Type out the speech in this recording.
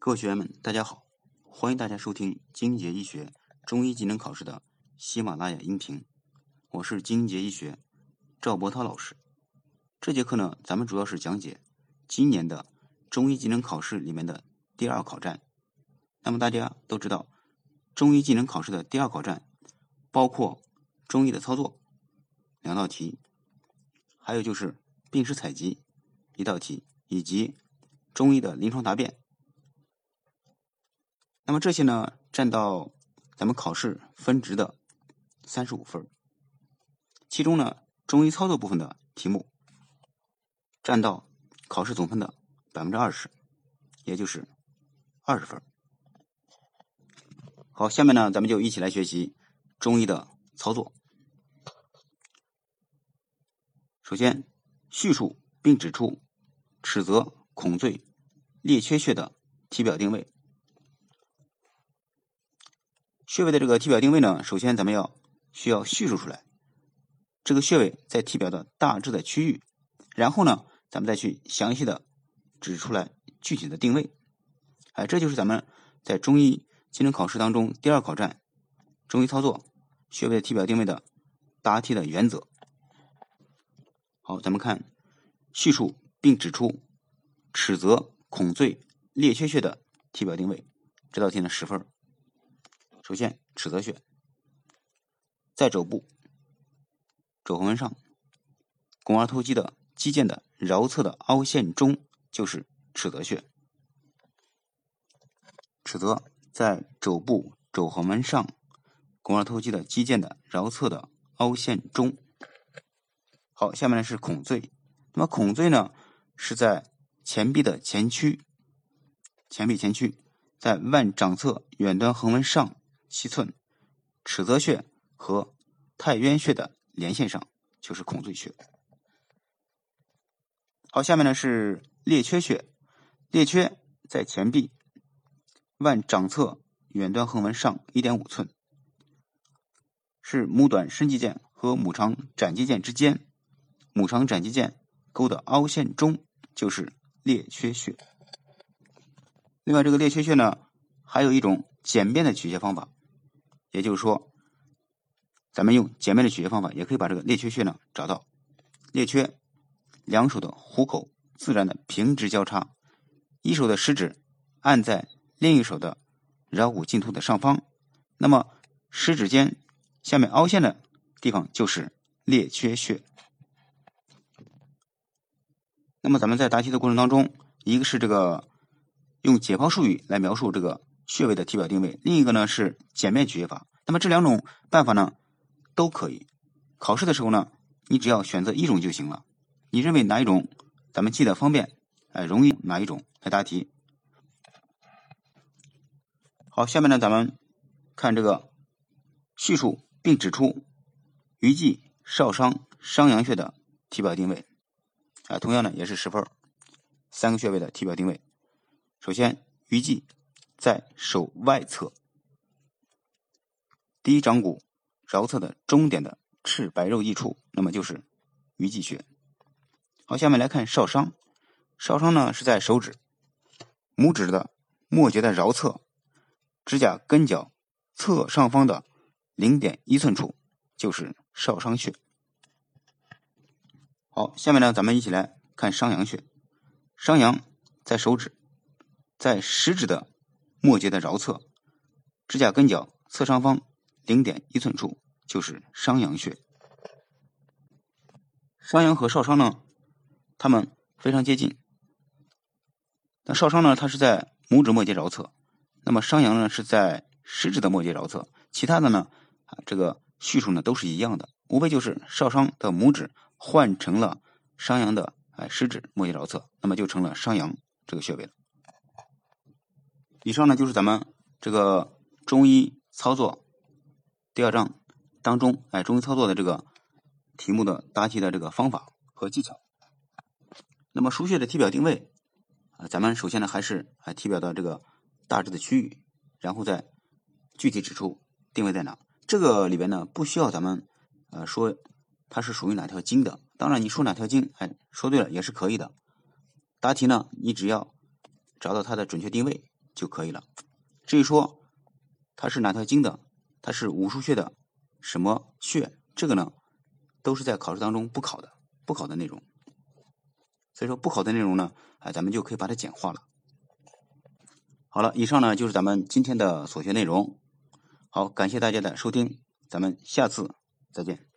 各位学员们，大家好，欢迎大家收听精捷医学中医技能考试的喜马拉雅音频，我是精捷医学赵博涛老师。这节课呢，咱们主要是讲解今年的中医技能考试里面的第二考站。那么大家都知道，中医技能考试的第二考站包括中医的操作2道题，还有就是病史采集1道题，以及中医的临床答辩。那么这些呢，占到咱们考试分值的35分。其中呢，中医操作部分的题目占到考试总分的20%，也就是20分。好，下面呢，咱们就一起来学习中医的操作。首先，叙述并指出尺泽、孔最、列缺穴的体表定位。穴位的这个体表定位呢，首先咱们需要叙述出来这个穴位在体表的大致的区域，然后呢，咱们再去详细的指出来具体的定位。这就是咱们在中医技能考试当中第二考站中医操作穴位的体表定位的答题的原则。好，咱们看叙述并指出尺泽、孔最、列缺穴的体表定位，这道题呢10分。首先，尺泽穴在肘部肘横纹上，肱二头肌的肌腱的桡侧的凹陷中就是尺泽穴。尺泽在肘部肘横纹上，肱二头肌的肌腱的桡侧的凹陷中。好，下面呢是孔最。那么孔最呢是在前臂的前区，前臂前区，在腕掌侧远端横纹上7寸，尺泽穴和太渊穴的连线上，就是孔最穴。好，下面呢是列缺穴。列缺在前臂腕掌侧远端横纹上 1.5 寸，是拇短伸肌腱和拇长展肌腱之间，拇长展肌腱沟的凹陷中，就是列缺穴。另外，这个列缺穴呢，还有一种简便的取穴方法，也就是说，咱们用简便的取穴方法也可以把这个列缺穴呢找到。列缺，两手的虎口自然的平直交叉，一手的食指按在另一手的桡骨茎突的上方，那么食指尖下面凹陷的地方就是列缺穴。那么咱们在答题的过程当中，一个是这个用解剖术语来描述这个穴位的体表定位，另一个呢是简便取穴法。那么这两种办法呢都可以。考试的时候呢，你只要选择一种就行了。你认为哪一种咱们记得方便，容易哪一种来答题。好，下面呢咱们看这个叙述并指出鱼际、少商、商阳穴的体表定位。同样呢也是10分，3个穴位的体表定位。首先，鱼际在手外侧第一掌骨桡侧的中点的赤白肉际处，那么就是鱼际穴。好，下面来看少商。少商呢是在手指拇指的末节的桡侧指甲根角侧上方的0.1寸处，就是少商穴。好，下面呢咱们一起来看商阳穴。商阳在手指在食指的末节的桡侧指甲根角侧上方0.1寸处，就是商阳穴。商阳和少商呢，它们非常接近。那少商呢，它是在拇指末节桡侧，那么商阳呢是在食指的末节桡侧。其他的呢，这个叙述呢都是一样的，无非就是少商的拇指换成了商阳的食指末节桡侧，那么就成了商阳这个穴位了。以上呢就是咱们这个中医操作第二章当中中医操作的这个题目的答题的这个方法和技巧。那么腧穴的体表定位咱们首先呢还是体表的这个大致的区域，然后再具体指出定位在哪。这个里边呢不需要咱们说它是属于哪条经的，当然你说哪条经说对了也是可以的。答题呢你只要找到它的准确定位就可以了。至于说它是哪条经的，它是五腧穴的什么穴，这个呢都是在考试当中不考的内容。所以说不考的内容呢，咱们就可以把它简化了。好了，以上呢就是咱们今天的所学内容。好，感谢大家的收听，咱们下次再见。